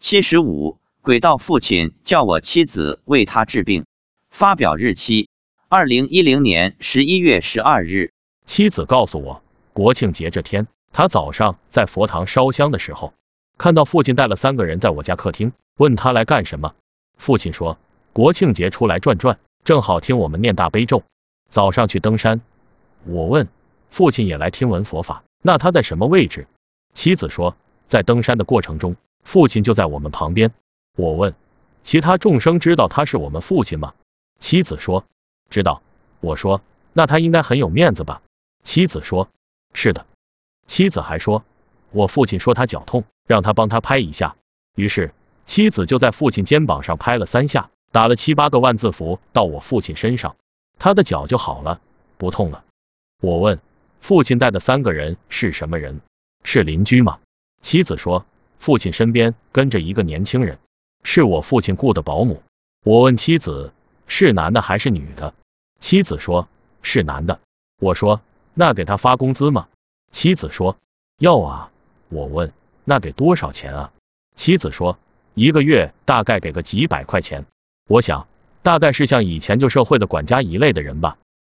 75轨道父亲叫我妻子为他治病。发表日期2010年11月12日。 妻子告诉我，国庆节这天，他早上在佛堂烧香的时候，看到父亲带了3个人在我家客厅，问他来干什么。父亲说，国庆节出来转转，正好听我们念大悲咒。早上去登山。我问，父亲也来听闻佛法，那他在什么位置？妻子说，在登山的过程中，父亲就在我们旁边。我问，其他众生知道他是我们父亲吗？妻子说，知道。我说，那他应该很有面子吧？妻子说，是的。妻子还说，我父亲说他脚痛，让他帮他拍一下。于是妻子就在父亲肩膀上拍了3下，打了7、8个万字符到我父亲身上，他的脚就好了，不痛了。我问，父亲带的3个人是什么人？是邻居吗？妻子说，父亲身边跟着一个年轻人，是我父亲雇的保姆。我问妻子，是男的还是女的？妻子说，是男的。我说，那给他发工资吗？妻子说，要啊。我问，那给多少钱啊？妻子说，1个月大概给个几百块钱。我想，大概是像以前旧社会的管家一类的人吧。